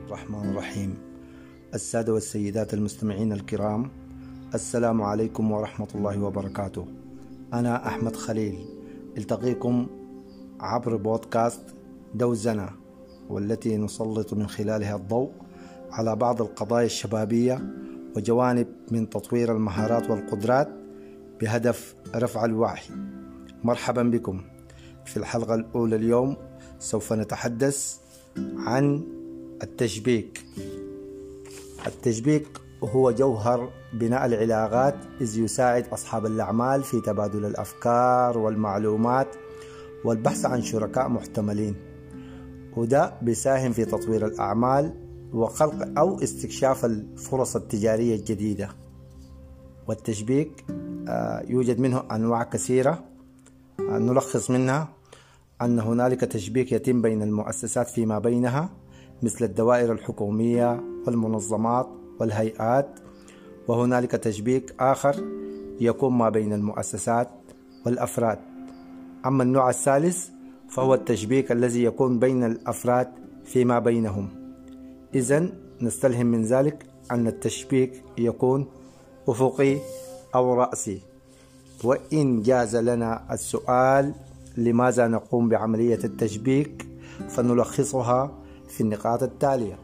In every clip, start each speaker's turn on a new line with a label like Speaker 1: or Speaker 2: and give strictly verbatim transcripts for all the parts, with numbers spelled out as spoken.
Speaker 1: الرحمن الرحيم. السادة والسيدات المستمعين الكرام، السلام عليكم ورحمة الله وبركاته. أنا أحمد خليل، التقيكم عبر بودكاست دوزنة، والتي نسلط من خلالها الضوء على بعض القضايا الشبابية وجوانب من تطوير المهارات والقدرات بهدف رفع الوعي. مرحبا بكم. في الحلقة الأولى اليوم سوف نتحدث عن التشبيك. التشبيك هو جوهر بناء العلاقات، إذ يساعد أصحاب الأعمال في تبادل الأفكار والمعلومات والبحث عن شركاء محتملين، وده بيساهم في تطوير الأعمال وخلق أو استكشاف الفرص التجارية الجديدة. والتشبيك يوجد منه أنواع كثيرة، نلخص منها أن هنالك تشبيك يتم بين المؤسسات فيما بينها، مثل الدوائر الحكومية والمنظمات والهيئات، وهنالك تشبيك آخر يكون ما بين المؤسسات والأفراد. أما النوع الثالث فهو التشبيك الذي يكون بين الأفراد فيما بينهم. إذن نستلهم من ذلك أن التشبيك يكون أفقي أو رأسي. وإن جاز لنا السؤال لماذا نقوم بعملية التشبيك، فنلخصها في النقاط التالية.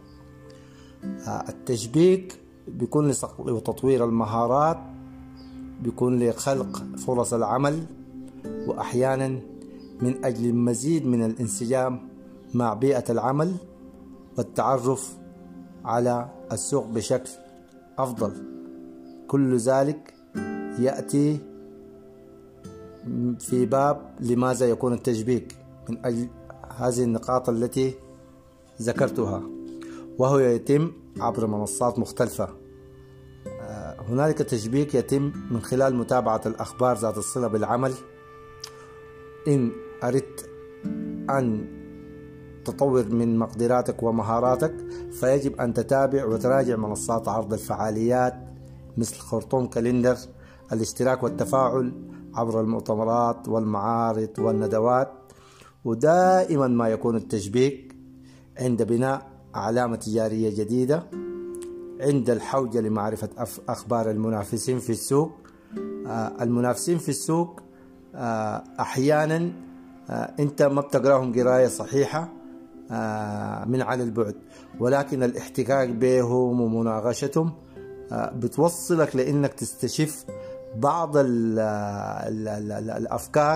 Speaker 1: التشبيك بيكون لتطوير المهارات، بيكون لخلق فرص العمل، وأحيانا من أجل المزيد من الانسجام مع بيئة العمل والتعرف على السوق بشكل أفضل. كل ذلك يأتي في باب لماذا يكون التشبيك من أجل هذه النقاط التي ذكرتها، وهو يتم عبر منصات مختلفة. هنالك تشبيك يتم من خلال متابعة الأخبار ذات الصلة بالعمل. إن أردت أن تطور من مقدراتك ومهاراتك فيجب أن تتابع وتراجع منصات عرض الفعاليات مثل خرطوم كالندر، الاشتراك والتفاعل عبر المؤتمرات والمعارض والندوات. ودائما ما يكون التشبيك عند بناء علامة تجارية جديدة، عند الحوجة لمعرفة أخبار المنافسين في السوق. المنافسين في السوق أحيانا أنت ما بتقراهم قراية صحيحة من على البعد، ولكن الاحتكاك بهم ومناقشتهم بتوصلك لأنك تستشف بعض ال ال ال الأفكار،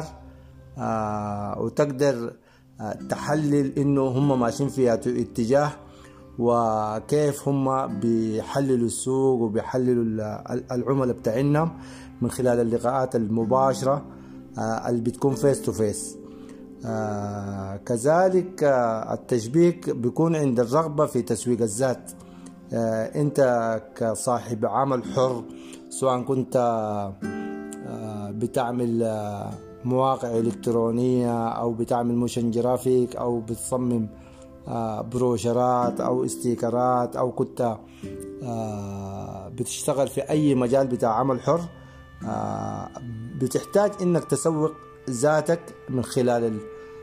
Speaker 1: وتقدر تحلل إنه هم ماشيين في اتجاه، وكيف هم بيحللوا السوق وبيحللوا العملاء بتاعنا من خلال اللقاءات المباشرة اللي بتكون فيس تو فيس. كذلك التشبيك بيكون عند الرغبة في تسويق الذات. أنت كصاحب عمل حر، سواء كنت بتعمل مواقع إلكترونية أو بتعمل موشن جرافيك أو بتصمم بروشرات أو استيكرات أو كنت بتشتغل في أي مجال بتاع عمل حر، بتحتاج إنك تسوق ذاتك من خلال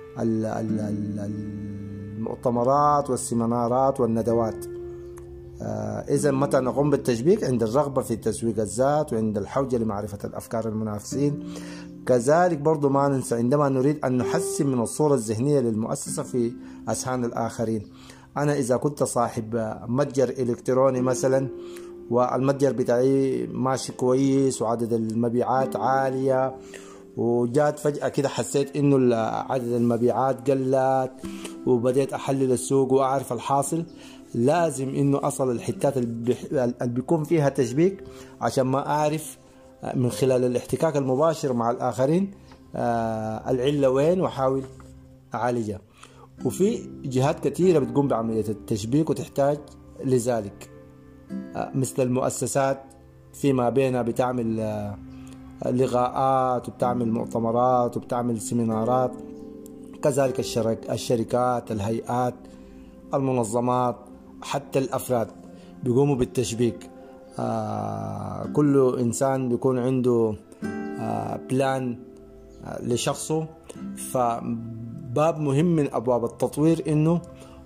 Speaker 1: المؤتمرات والسيمينارات والندوات. إذا متى نقوم بالتشبيك؟ عند الرغبة في تسويق الذات وعند الحوجة لمعرفة الأفكار المنافسين. كذلك برضو ما ننسى عندما نريد أن نحسن من الصورة الذهنية للمؤسسة في أذهان الآخرين. أنا إذا كنت صاحب متجر إلكتروني مثلا، والمتجر بتاعي ماشي كويس وعدد المبيعات عالية، وجات فجأة كده حسيت إنه عدد المبيعات قلت، وبدأت أحلل السوق وأعرف الحاصل، لازم إنه أصل الحتات اللي بيكون فيها تشبيك عشان ما أعرف من خلال الاحتكاك المباشر مع الآخرين العلة وين وأحاول أعالجها. وفي جهات كثيرة بتقوم بعملية التشبيك وتحتاج لذلك، مثل المؤسسات فيما بينها بتعمل لقاءات وبتعمل مؤتمرات وبتعمل سيمينارات. كذلك الشركات، الهيئات، المنظمات، حتى الأفراد بيقوموا بالتشبيك. آه كل إنسان بيكون عنده آه بلان آه لشخصه. فباب مهم من أبواب التطوير إنه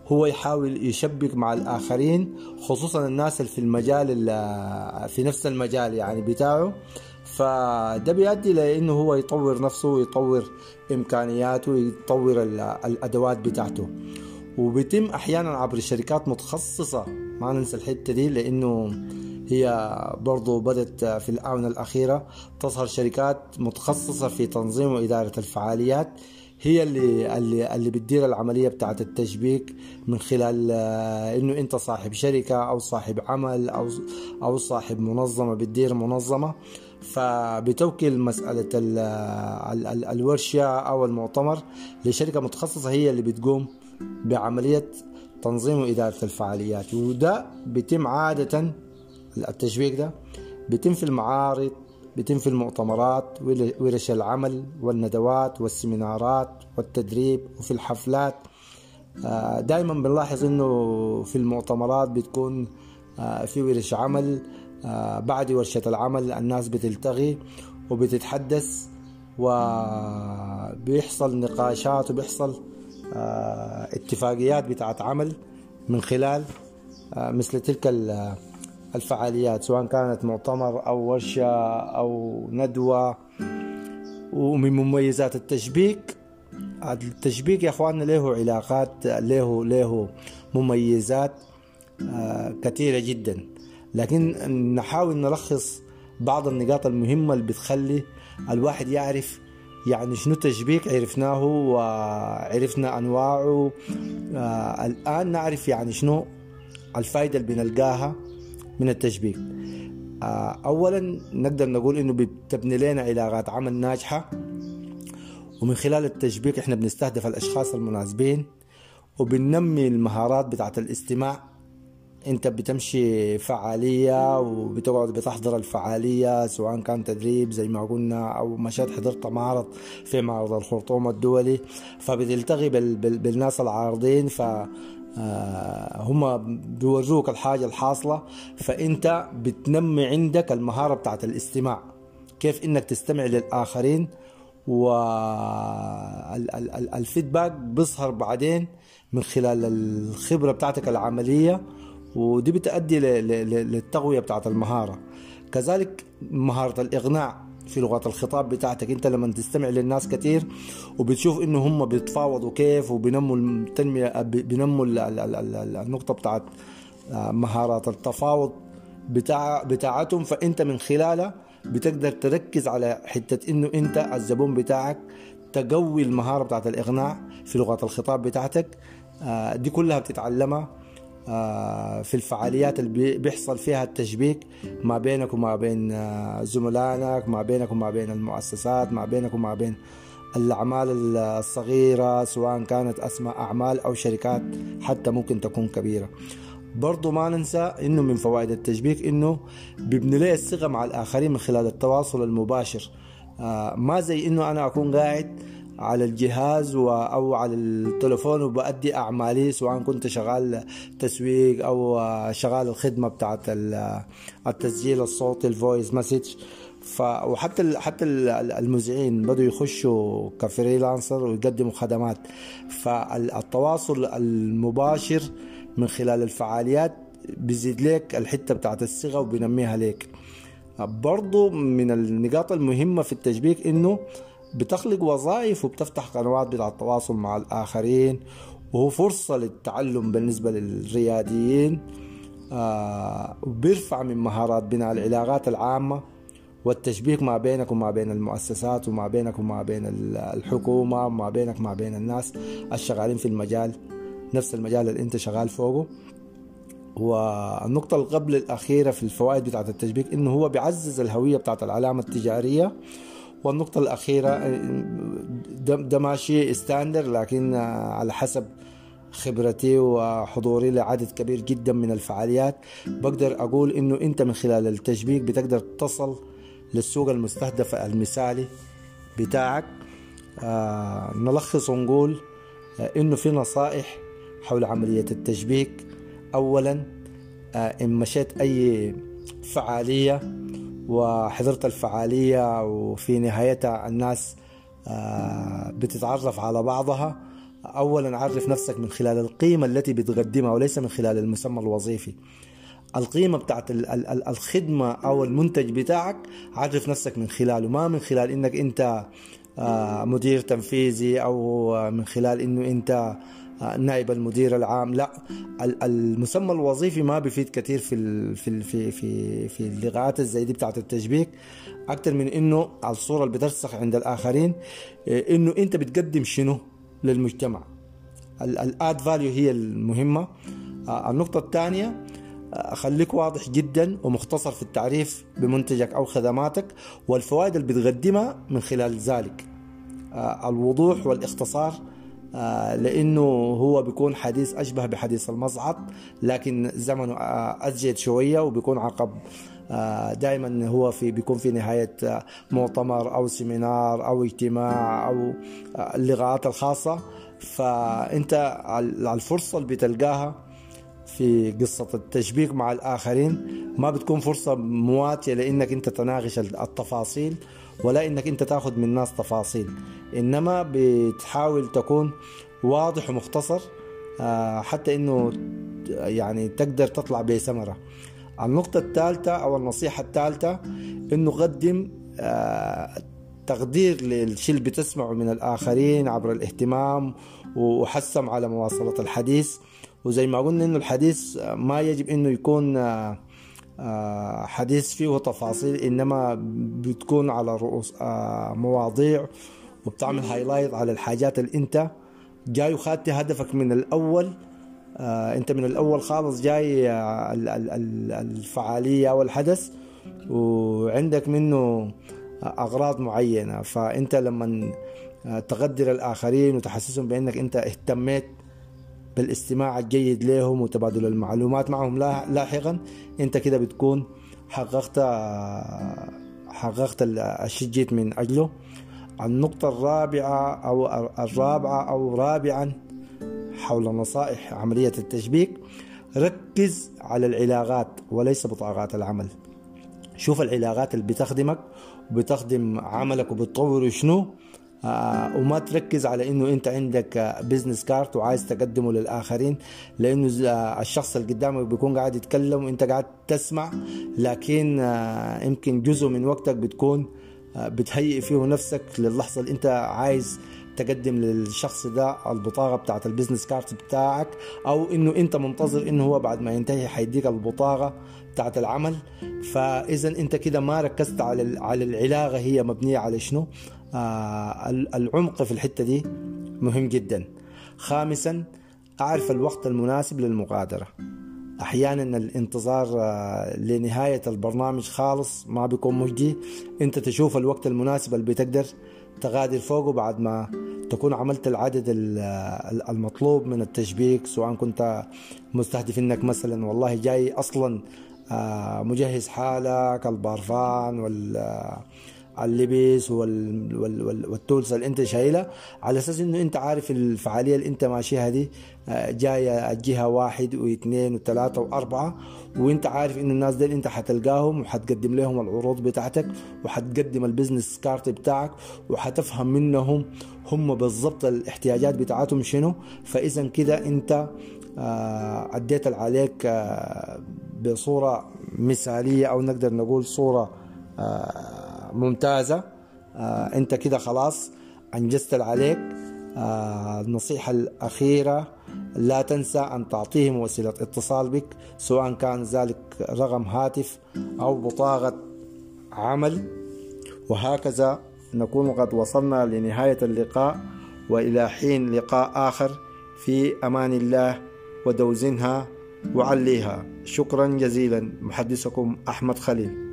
Speaker 1: هو يحاول يشبك مع الآخرين، خصوصا الناس اللي في المجال في نفس المجال يعني بتاعه. فده بيؤدي لأنه هو يطور نفسه ويطور إمكانياته ويطور الأدوات بتاعته، وبيتم أحيانا عبر شركات متخصصة. ما ننسى الحتة دي، لأنه هي برضو بدأت في الآونة الأخيرة تظهر شركات متخصصة في تنظيم وإدارة الفعاليات، هي اللي اللي اللي بتدير العملية بتاعة التشبيك من خلال إنه أنت صاحب شركة أو صاحب عمل أو أو صاحب منظمة بتدير منظمة، فبتوكل مسألة ال ال ال الورشة أو المؤتمر لشركة متخصصة هي اللي بتقوم بعملية تنظيم وإدارة الفعاليات. وده بيتم عادة، التشبيك ده بيتم في المعارض، بيتم في المؤتمرات، ورش العمل والندوات والسيمينارات والتدريب، وفي الحفلات. دائما بنلاحظ انه في المؤتمرات بتكون في ورش عمل، بعد ورشة العمل الناس بتلتقي وبتتحدث وبيحصل نقاشات وبيحصل اتفاقيات بتاعت عمل من خلال مثل تلك الفعاليات، سواء كانت مؤتمر أو ورشة أو ندوة. ومن مميزات التشبيك، التشبيك يا أخواننا له علاقات، له له مميزات كثيرة جدا، لكن نحاول نلخص بعض النقاط المهمة اللي بتخلي الواحد يعرف يعني شنو تشبيك. عرفناه وعرفنا أنواعه، الآن نعرف يعني شنو الفائدة اللي بنلقاها من التشبيك. أولا نقدر نقول إنه بتبني لنا علاقات عمل ناجحة، ومن خلال التشبيك إحنا بنستهدف الأشخاص المناسبين وبننمي المهارات بتاعة الاستماع. أنت بتمشي فعالية وبتقعد بتحضر الفعالية، سواء كان تدريب زي ما قلنا أو مشيت حضرت معرض في معرض الخرطوم الدولي، فبتلتقي بالناس العارضين، ف هم بيوروك الحاجة الحاصلة، فأنت بتنمي عندك المهارة بتاعت الاستماع، كيف إنك تستمع للآخرين، والفيدباك بيظهر بعدين من خلال الخبرة بتاعتك العملية، ودي بتؤدي للتقوية بتاعت المهارة. كذلك مهارة الإقناع في لغة الخطاب بتاعتك، انت لما تستمع للناس كتير وبتشوف انه هم بيتفاوضوا كيف وبينموا التنمية، بينموا النقطة بتاعت مهارات التفاوض بتاع بتاعتهم، فانت من خلالها بتقدر تركز على حتة انه انت الزبون بتاعك تقوي المهارة بتاعت الإقناع في لغة الخطاب بتاعتك. دي كلها بتتعلمها في الفعاليات اللي بيحصل فيها التشبيك ما بينك وما بين زملائك، ما بينك وما بين المؤسسات، ما بينك وما بين الأعمال الصغيرة، سواء كانت أسماء أعمال أو شركات حتى ممكن تكون كبيرة. برضو ما ننسى إنه من فوائد التشبيك إنه بيبني لي الثقة مع الآخرين من خلال التواصل المباشر، ما زي إنه أنا أكون قاعد على الجهاز أو على التلفون وبأدي أعمالي، سواء كنت شغال تسويق أو شغال الخدمة بتاعت التسجيل الصوتي الفويس مسج. وحتى حتى المذيعين بدوا يخشوا كفريلانسر ويقدموا خدمات، فالتواصل المباشر من خلال الفعاليات بيزيد لك الحتة بتاعت الثقة وبينميها لك. برضو من النقاط المهمة في التشبيك إنه بتخلق وظائف وبتفتح قنوات بتاع التواصل مع الآخرين، وهو فرصة للتعلم بالنسبة للرياديين، آه وبيرفع من مهارات بناء العلاقات العامة والتشبيك ما بينك وما بين المؤسسات، وما بينك وما بين الحكومة، وما بينك وما بين الناس الشغالين في المجال نفس المجال اللي انت شغال فوقه. والنقطة اللي قبل الأخيرة في الفوائد بتاعت التشبيك إنه هو بيعزز الهوية بتاعت العلامة التجارية. والنقطة الأخيرة ده, ده ماشي ستاندر، لكن على حسب خبرتي وحضوري لعدد كبير جدا من الفعاليات بقدر أقول إنه أنت من خلال التشبيك بتقدر تصل للسوق المستهدف المثالي بتاعك. آه نلخص ونقول آه إنه في نصائح حول عملية التشبيك. أولا آه إن مشيت أي فعالية وحضرت الفعالية وفي نهايتها الناس بتتعرف على بعضها، أولا عرف نفسك من خلال القيمة التي بتقدمها وليس من خلال المسمى الوظيفي. القيمة بتاعت الخدمة أو المنتج بتاعك عرف نفسك من خلاله، ما من خلال إنك أنت مدير تنفيذي أو من خلال إنه أنت نائب المدير العام. لا، المسمى الوظيفي ما بيفيد كثير في في في في في اللغات الزي دي بتاعت التشبيك، أكتر من إنه الصورة اللي بترسخ عند الآخرين إنه أنت بتقدم شنو للمجتمع. الاد فاليو هي المهمة. النقطة الثانية، خليك واضح جدا ومختصر في التعريف بمنتجك أو خدماتك والفوائد اللي بتقدمها من خلال ذلك. الوضوح والاختصار، لأنه هو بيكون حديث أشبه بحديث المصعد، لكن زمنه أزيد شوية وبيكون عقب دائما هو في بيكون في نهاية مؤتمر أو سيمينار أو اجتماع أو اللقاءات الخاصة. فأنت الفرصة اللي بتلقاها في قصة التشبيك مع الآخرين ما بتكون فرصة مواتية لأنك أنت تناقش التفاصيل ولا أنك أنت تأخذ من الناس تفاصيل، إنما بتحاول تكون واضح ومختصر حتى أنه يعني تقدر تطلع بثمرة. النقطة الثالثة أو النصيحة الثالثة أنه قدم تقدير للشيء اللي بتسمعه من الآخرين عبر الاهتمام وحسم على مواصلة الحديث. وزي ما قلنا إنه الحديث ما يجب إنه يكون حديث فيه تفاصيل، إنما بتكون على رؤوس مواضيع وبتعمل هايلايت على الحاجات اللي أنت جاي وخدت هدفك من الأول. أنت من الأول خالص جاي الفعالية أو الحدث وعندك منه أغراض معينة، فأنت لما تقدر الآخرين وتحسسهم بأنك أنت اهتميت بالاستماع الجيد لهم وتبادل المعلومات معهم لاحقا، أنت كده بتكون حققت حققت الشيء جيت من أجله. النقطة الرابعة أو الرابعة أو رابعا حول نصائح عملية التشبيك، ركز على العلاقات وليس بطاقات العمل. شوف العلاقات اللي بتخدمك وبتخدم عملك وبتطور شنو، آه وما تركز على انه انت عندك بيزنس كارت وعايز تقدمه للاخرين، لانه الشخص اللي قدامك بيكون قاعد يتكلم وانت قاعد تسمع، لكن آه يمكن جزء من وقتك بتكون آه بتهيئ فيه نفسك للحظة اللي انت عايز تقدم للشخص ده البطاقة بتاعت البيزنس كارت بتاعك، او انه انت منتظر انه هو بعد ما ينتهي حيديك البطاقة بتاعت العمل. فاذا انت كده ما ركزت على على العلاقة هي مبنية على شنو. آه العمق في الحتة دي مهم جدا. خامسا، اعرف الوقت المناسب للمغادرة. احيانا الانتظار آه لنهاية البرنامج خالص ما بيكون مجدي، انت تشوف الوقت المناسب اللي بتقدر تغادر فوقه بعد ما تكون عملت العدد المطلوب من التشبيك، سواء كنت مستهدف انك مثلا والله جاي اصلا آه مجهز حالك البارفان وال اللبس والتولز اللي انت شايلها، على اساس انه انت عارف الفعاليه اللي انت ماشيها دي جايه الجهه واحد واثنين وثلاثه واربعه، وانت عارف انه الناس دي انت حتلقاهم وحتقدم لهم العروض بتاعتك وحتقدم البيزنس كارت بتاعك وحتفهم منهم هم بالضبط الاحتياجات بتاعتهم شنو. فاذا كده انت اديت اللي عليك بصوره مثاليه او نقدر نقول صوره ممتازة. آه انت كده خلاص انجزت اللي عليك. آه النصيحة الأخيرة، لا تنسى أن تعطيهم وسيلة اتصال بك، سواء كان ذلك رقم هاتف أو بطاقة عمل. وهكذا نكون قد وصلنا لنهاية اللقاء، وإلى حين لقاء آخر، في أمان الله ودوزنها وعليها. شكرا جزيلا. محدثكم أحمد خليل.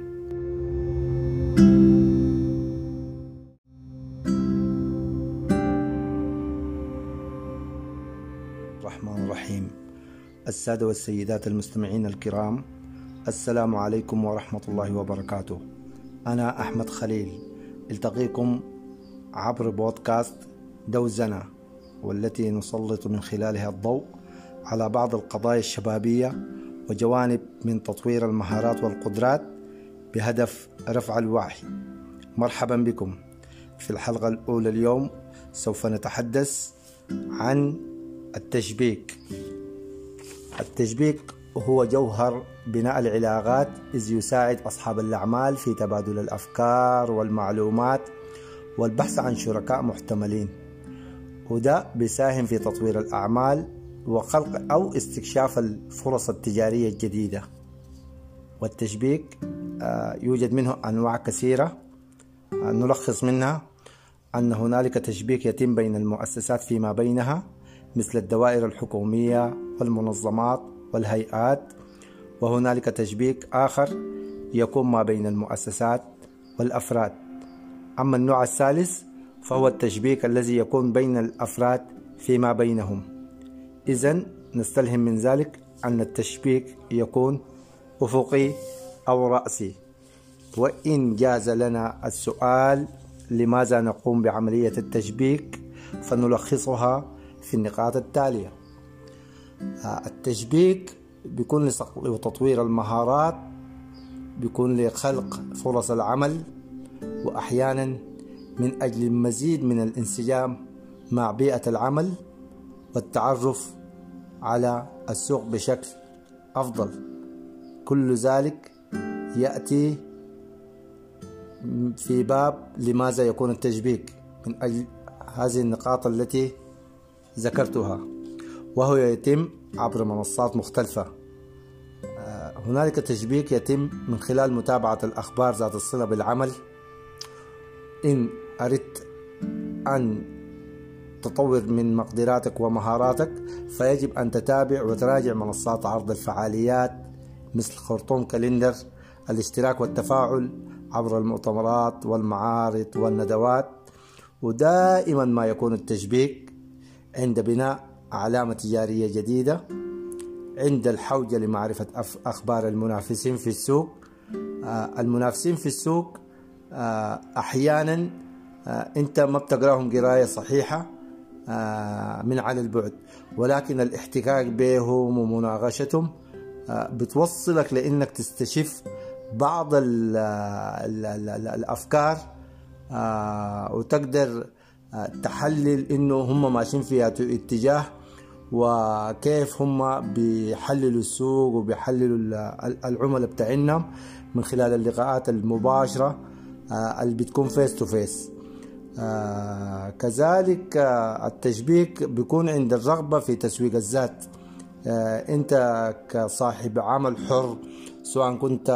Speaker 1: الرحمن الرحيم. السادة والسيدات المستمعين الكرام، السلام عليكم ورحمة الله وبركاته. أنا أحمد خليل، التقيكم عبر بودكاست دوزنة، والتي نسلط من خلالها الضوء على بعض القضايا الشبابية وجوانب من تطوير المهارات والقدرات بهدف رفع الوعي. مرحبا بكم. في الحلقة الأولى اليوم سوف نتحدث عن التشبيك. التشبيك هو جوهر بناء العلاقات، إذ يساعد أصحاب الأعمال في تبادل الأفكار والمعلومات والبحث عن شركاء محتملين، وده بيساهم في تطوير الأعمال وخلق أو استكشاف الفرص التجارية الجديدة. والتشبيك يوجد منه أنواع كثيرة، نلخص منها أن هنالك تشبيك يتم بين المؤسسات فيما بينها مثل الدوائر الحكومية والمنظمات والهيئات، وهنالك تشبيك آخر يكون ما بين المؤسسات والأفراد. أما النوع الثالث فهو التشبيك الذي يكون بين الأفراد فيما بينهم. إذن نستلهم من ذلك أن التشبيك يكون أفقي أو رأسي. وإن جاز لنا السؤال لماذا نقوم بعملية التشبيك، فنلخصها في النقاط التالية. التشبيك بيكون لتطوير المهارات، بيكون لخلق فرص العمل، وأحيانا من أجل المزيد من الانسجام مع بيئة العمل والتعرف على السوق بشكل أفضل. كل ذلك يأتي في باب لماذا يكون التشبيك من أجل هذه النقاط التي ذكرتها، وهو يتم عبر منصات مختلفة. هنالك تشبيك يتم من خلال متابعة الأخبار ذات الصلة بالعمل. إن أردت أن تطور من مقدراتك ومهاراتك فيجب أن تتابع وتراجع منصات عرض الفعاليات مثل خرطوم كالندر، الاشتراك والتفاعل عبر المؤتمرات والمعارض والندوات. ودائما ما يكون التشبيك عند بناء علامة تجارية جديدة، عند الحوجة لمعرفة أخبار المنافسين في السوق. المنافسين في السوق أحيانا أنت ما بتقراهم قراية صحيحة من على البعد، ولكن الاحتكاك بهم ومناقشتهم بتوصلك لأنك تستشف بعض ال ال ال الأفكار، وتقدر تحلل إنه هم ماشيين في اتجاه، وكيف هم بيحللوا السوق وبيحللوا العملاء بتاعنا من خلال اللقاءات المباشرة اللي بتكون فيس تو فيس. كذلك التشبيك بيكون عند الرغبة في تسويق الذات. انت كصاحب عمل حر، سواء كنت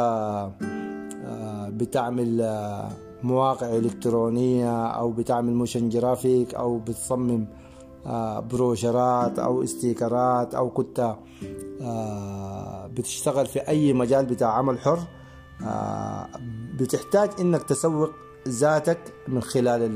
Speaker 1: بتعمل مواقع إلكترونية أو بتعمل موشن جرافيك أو بتصمم بروشرات أو استيكرات أو كنت بتشتغل في أي مجال بتاع عمل حر، بتحتاج إنك تسوق ذاتك من خلال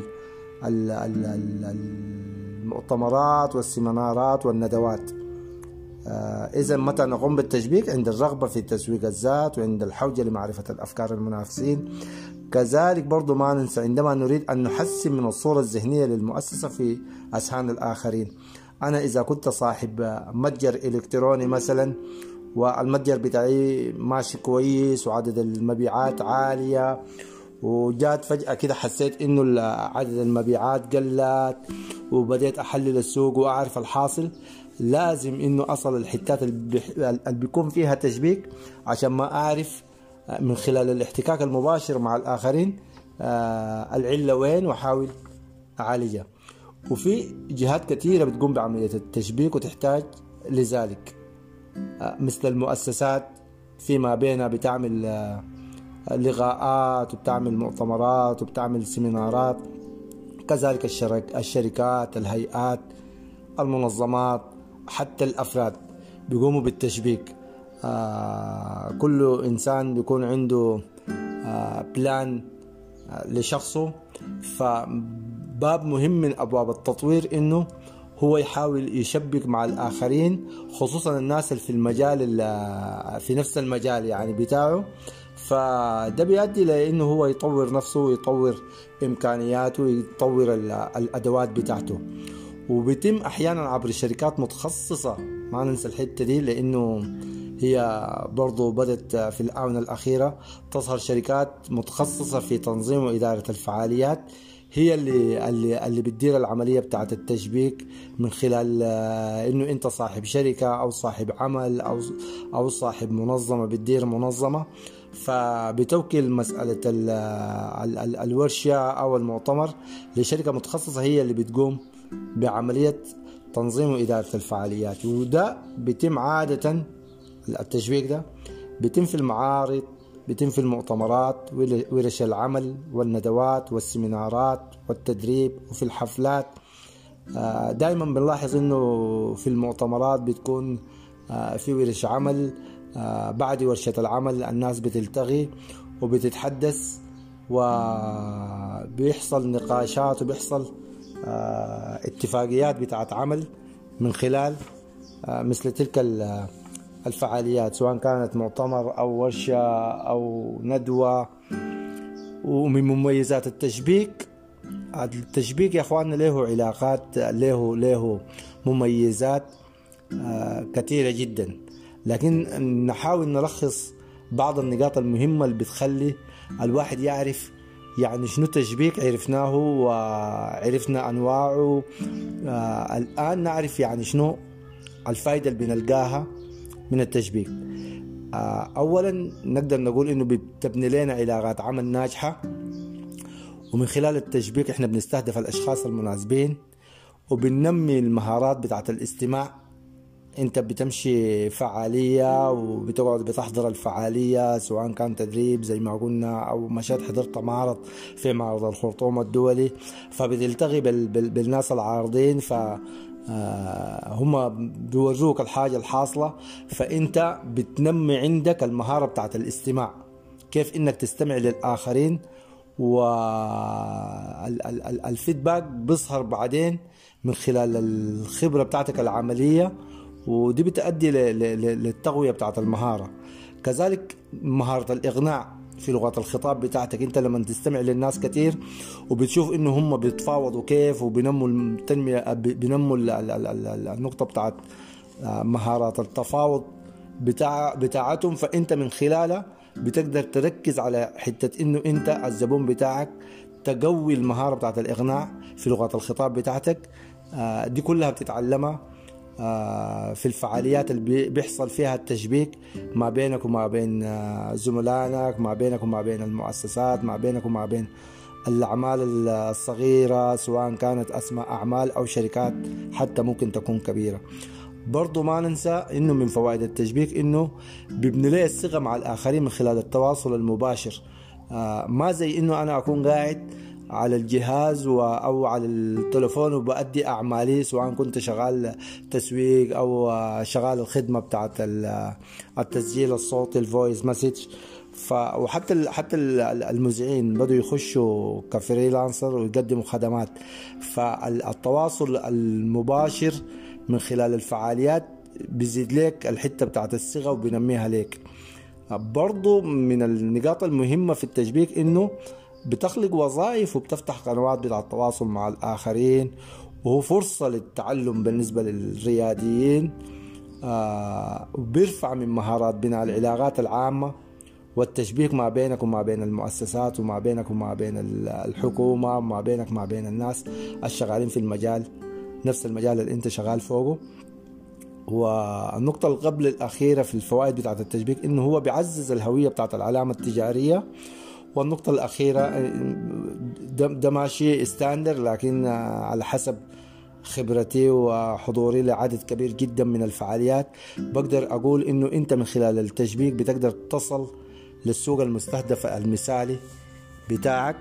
Speaker 1: المؤتمرات والسيمينارات والندوات. إذا متى نقوم بالتشبيك؟ عند الرغبة في تسويق الذات وعند الحوجة لمعرفة الأفكار المنافسين. كذلك برضو ما ننسى عندما نريد أن نحسن من الصورة الذهنية للمؤسسة في أذهان الآخرين. أنا إذا كنت صاحب متجر إلكتروني مثلا، والمتجر بتاعي ماشي كويس وعدد المبيعات عالية، وجات فجأة كده حسيت إنه عدد المبيعات قلت، وبدأت أحلل السوق وأعرف الحاصل، لازم إنه أصل الحتات اللي بيكون فيها تشبيك عشان ما أعرف من خلال الاحتكاك المباشر مع الآخرين العلة وين وأحاول أعالجها. وفي جهات كثيرة بتقوم بعملية التشبيك وتحتاج لذلك، مثل المؤسسات فيما بينها بتعمل لقاءات وبتعمل مؤتمرات وبتعمل سيمينارات. كذلك الشركات، الهيئات، المنظمات، حتى الأفراد بيقوموا بالتشبيك. آه كل إنسان بيكون عنده آه بلان آه لشخصه، فباب مهم من أبواب التطوير إنه هو يحاول يشبك مع الآخرين، خصوصا الناس اللي في المجال في نفس المجال يعني بتاعه. فده بيؤدي لأنه هو يطور نفسه ويطور إمكانياته ويطور الأدوات بتاعته. وبيتم أحيانا عبر شركات متخصصة، ما ننسى الحتة دي، لأنه هي برضو بدأت في الآونة الأخيرة تظهر شركات متخصصة في تنظيم وإدارة الفعاليات. هي اللي اللي اللي بتدير العملية بتاعة التشبيك من خلال انه انت صاحب شركة او صاحب عمل او او صاحب منظمة بتدير منظمة، فبتوكل مسألة ال ال ال الورشة او المؤتمر لشركة متخصصة هي اللي بتقوم بعملية تنظيم وإدارة الفعاليات. وده بيتم عادة، التشبيك ده بيتم في المعارض، بيتم في المؤتمرات، ورش العمل والندوات والسيمينارات والتدريب، وفي الحفلات. دائما بنلاحظ انه في المؤتمرات بتكون في ورش عمل، بعد ورشة العمل الناس بتلتغي وبتتحدث وبيحصل نقاشات وبيحصل اتفاقيات بتاعت عمل من خلال مثل تلك الفعاليات، سواء كانت مؤتمر أو ورشة أو ندوة. ومن مميزات التشبيك، التشبيك يا أخواننا له علاقات، له له مميزات كثيرة جدا، لكن نحاول نلخص بعض النقاط المهمة اللي بتخلي الواحد يعرف يعني شنو تشبيك. عرفناه وعرفنا أنواعه، آه الآن نعرف يعني شنو الفائدة اللي بنلقاها من التشبيك. آه أولا نقدر نقول إنه بتبني لنا علاقات عمل ناجحة، ومن خلال التشبيك إحنا بنستهدف الأشخاص المناسبين وبننمي المهارات بتاعة الاستماع. انت بتمشي فعالية وبتقعد بتحضر الفعالية، سواء كان تدريب زي ما قلنا او مشيت حضرت معرض في معرض الخرطوم الدولي، فبتلتقي بالناس العارضين، ف هم بيوروك الحاجة الحاصلة، فانت بتنمي عندك المهارة بتاعت الاستماع، كيف انك تستمع للآخرين، والفيدباك بيظهر بعدين من خلال الخبرة بتاعتك العملية، ودي بتؤدي للتقوية بتاعت المهارة. كذلك مهارة الإقناع في لغة الخطاب بتاعتك، انت لما تستمع للناس كتير وبتشوف انه هم بيتفاوضوا كيف وبينموا التنمية، بينموا النقطة بتاعت مهارات التفاوض بتاع بتاعتهم، فانت من خلالها بتقدر تركز على حتة انه انت الزبون بتاعك تقوي المهارة بتاعت الإقناع في لغة الخطاب بتاعتك. دي كلها بتتعلمها في الفعاليات اللي بيحصل فيها التشبيك ما بينك وما بين زملائك، ما بينك وما بين المؤسسات، ما بينك وما بين الأعمال الصغيرة، سواء كانت أسماء أعمال أو شركات حتى ممكن تكون كبيرة. برضو ما ننسى إنه من فوائد التشبيك إنه بيبني لي الثقة مع الآخرين من خلال التواصل المباشر، ما زي إنه أنا أكون قاعد على الجهاز أو على التلفون وبأدي أعمالي، سواء كنت شغال تسويق أو شغال الخدمة بتاعت التسجيل الصوتي الفويس مسج. وحتى حتى المذيعين بدوا يخشوا كفريلانسر ويقدموا خدمات، فالتواصل المباشر من خلال الفعاليات بيزيد لك الحتة بتاعت الثقة وبينميها لك. برضو من النقاط المهمة في التشبيك إنه بتخلق وظائف وبتفتح قنوات بتاع التواصل مع الآخرين، وهو فرصة للتعلم بالنسبة للرياديين، آه وبيرفع من مهارات بناء العلاقات العامة والتشبيك ما بينك وما بين المؤسسات، وما بينك وما بين الحكومة، وما بينك وما بين الناس الشغالين في المجال نفس المجال اللي انت شغال فوقه. والنقطة اللي قبل الأخيرة في الفوائد بتاعة التشبيك إنه هو بيعزز الهوية بتاعة العلامة التجارية. والنقطة الأخيرة ده ماشي ستاندر، لكن على حسب خبرتي وحضوري لعدد كبير جدا من الفعاليات بقدر أقول إنه أنت من خلال التشبيك بتقدر تصل للسوق المستهدف المثالي بتاعك.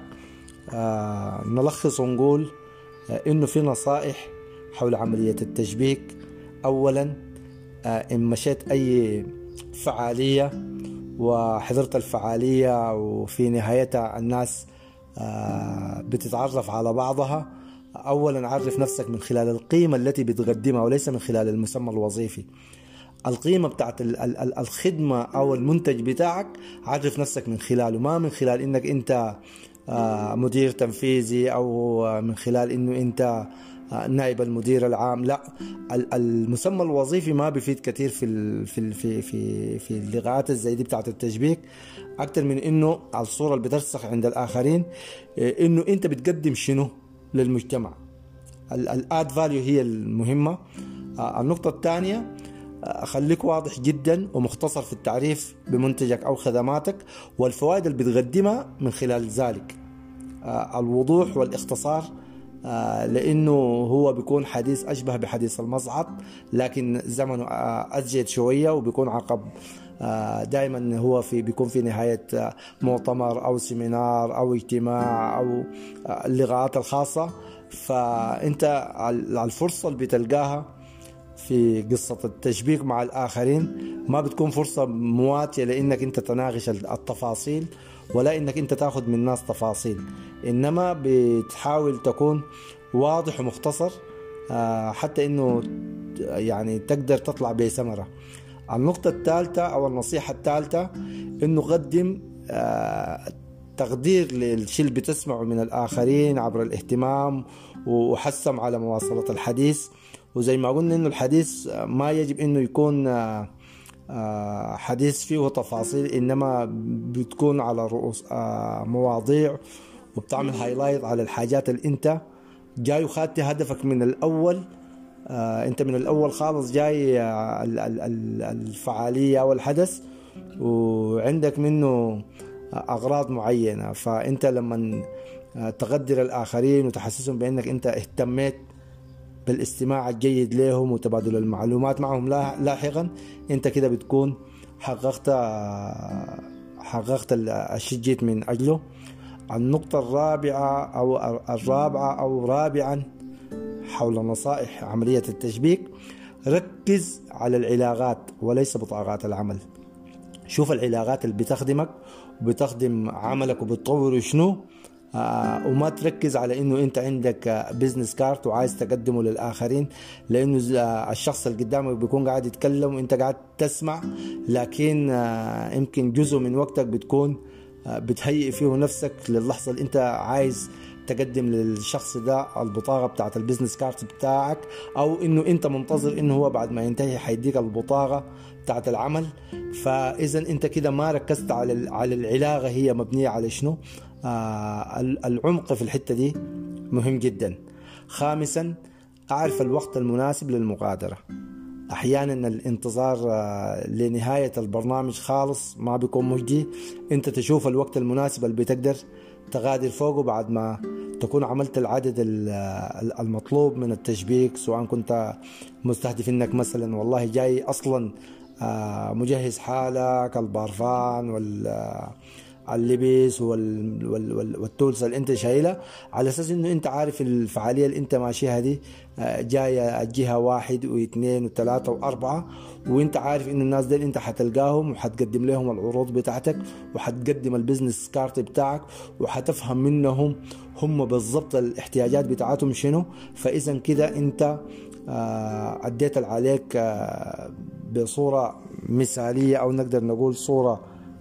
Speaker 1: آه نلخص ونقول آه إنه في نصائح حول عملية التشبيك. أولا آه إن مشيت أي فعالية وحضرت الفعالية وفي نهايتها الناس آه بتتعرف على بعضها، أولا عرف نفسك من خلال القيمة التي بتقدمها وليس من خلال المسمى الوظيفي. القيمة بتاعت الخدمة أو المنتج بتاعك عرف نفسك من خلاله، ما من خلال إنك أنت مدير تنفيذي أو من خلال إنه أنت نائب المدير العام. لا، المسمى الوظيفي ما بيفيد كثير في في في في في اللغات الزي دي بتاعت التشبيك، اكثر من انه الصوره اللي بترسخ عند الاخرين انه انت بتقدم شنو للمجتمع. الاد فاليو هي المهمه. النقطه الثانيه، خليك واضح جدا ومختصر في التعريف بمنتجك او خدماتك والفوائد اللي بتقدمها من خلال ذلك. الوضوح والاختصار، لانه هو بيكون حديث اشبه بحديث المصعد، لكن زمنه ازيد شويه، وبيكون عقب دائما هو في بيكون في نهايه مؤتمر او سيمينار او اجتماع او اللقاءات الخاصه. فانت الفرصه اللي بتلقاها في قصة التشبيك مع الآخرين ما بتكون فرصة مواتية لأنك أنت تناقش التفاصيل ولا أنك أنت تأخذ من الناس تفاصيل، إنما بتحاول تكون واضح ومختصر حتى أنه يعني تقدر تطلع بثمرة. النقطة الثالثة أو النصيحة الثالثة أنه قدم تقدير للشيء اللي بتسمعه من الآخرين عبر الاهتمام وحسم على مواصلة الحديث. وزي ما قلنا انه الحديث ما يجب انه يكون حديث فيه تفاصيل، انما بتكون على رؤوس مواضيع وبتعمل هايلايت على الحاجات اللي انت جاي وخدت هدفك من الاول. انت من الاول خالص جاي الفعالية والحدث وعندك منه اغراض معينة، فانت لما تقدر الاخرين وتحسسهم بانك انت اهتميت بالاستماع الجيد لهم وتبادل المعلومات معهم لاحقا، انت كده بتكون حققت حققت الشيء جيت من اجله. النقطة الرابعة او الرابعة او رابعا حول نصائح عملية التشبيك، ركز على العلاقات وليس بطاقات العمل. شوف العلاقات اللي بتخدمك وبتخدم عملك وبتطور شنو، آه وما تركز على انه انت عندك بيزنس كارت وعايز تقدمه للاخرين، لانه آه الشخص اللي قدامك بيكون قاعد يتكلم وانت قاعد تسمع، لكن آه يمكن جزء من وقتك بتكون آه بتهيئ فيه نفسك للحظة اللي انت عايز تقدم للشخص ده البطاقة بتاعت البيزنس كارت بتاعك، او انه انت منتظر انه هو بعد ما ينتهي حيديك البطاقة بتاعت العمل. فاذا انت كده ما ركزت على على العلاقة هي مبنية على شنو. آه العمق في الحتة دي مهم جدا. خامسا، أعرف الوقت المناسب للمغادرة. أحيانا الانتظار آه لنهاية البرنامج خالص ما بيكون مجدي، أنت تشوف الوقت المناسب اللي بتقدر تغادر فوقه بعد ما تكون عملت العدد المطلوب من التشبيك، سواء كنت مستهدف انك مثلا والله جاي اصلا آه مجهز حالك البارفان وال اللبس وال... وال... وال... والتولز اللي انت شايلها، على اساس انه انت عارف الفعاليه اللي انت ماشيها دي جايه الجهه واحد واثنين وثلاثه واربعه، وانت عارف انه الناس دي انت حتلقاهم وحتقدم لهم العروض بتاعتك وحتقدم البيزنس كارت بتاعك وحتفهم منهم هم بالضبط الاحتياجات بتاعتهم شنو. فاذا كده انت اديت اللي عليك بصوره مثاليه، او نقدر نقول صوره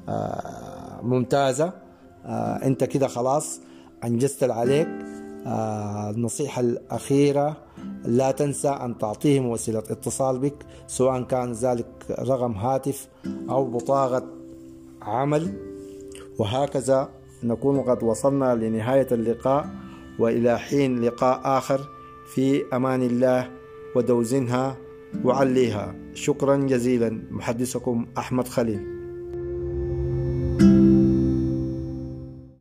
Speaker 1: ممتازة. آه انت كده خلاص انجزت اللي عليك. آه النصيحة الأخيرة، لا تنسى أن تعطيهم وسيلة اتصال بك، سواء كان ذلك رقم هاتف أو بطاقة عمل. وهكذا نكون قد وصلنا لنهاية اللقاء، وإلى حين لقاء آخر، في أمان الله ودوزنها وعليها. شكرا جزيلا. محدثكم أحمد خليل.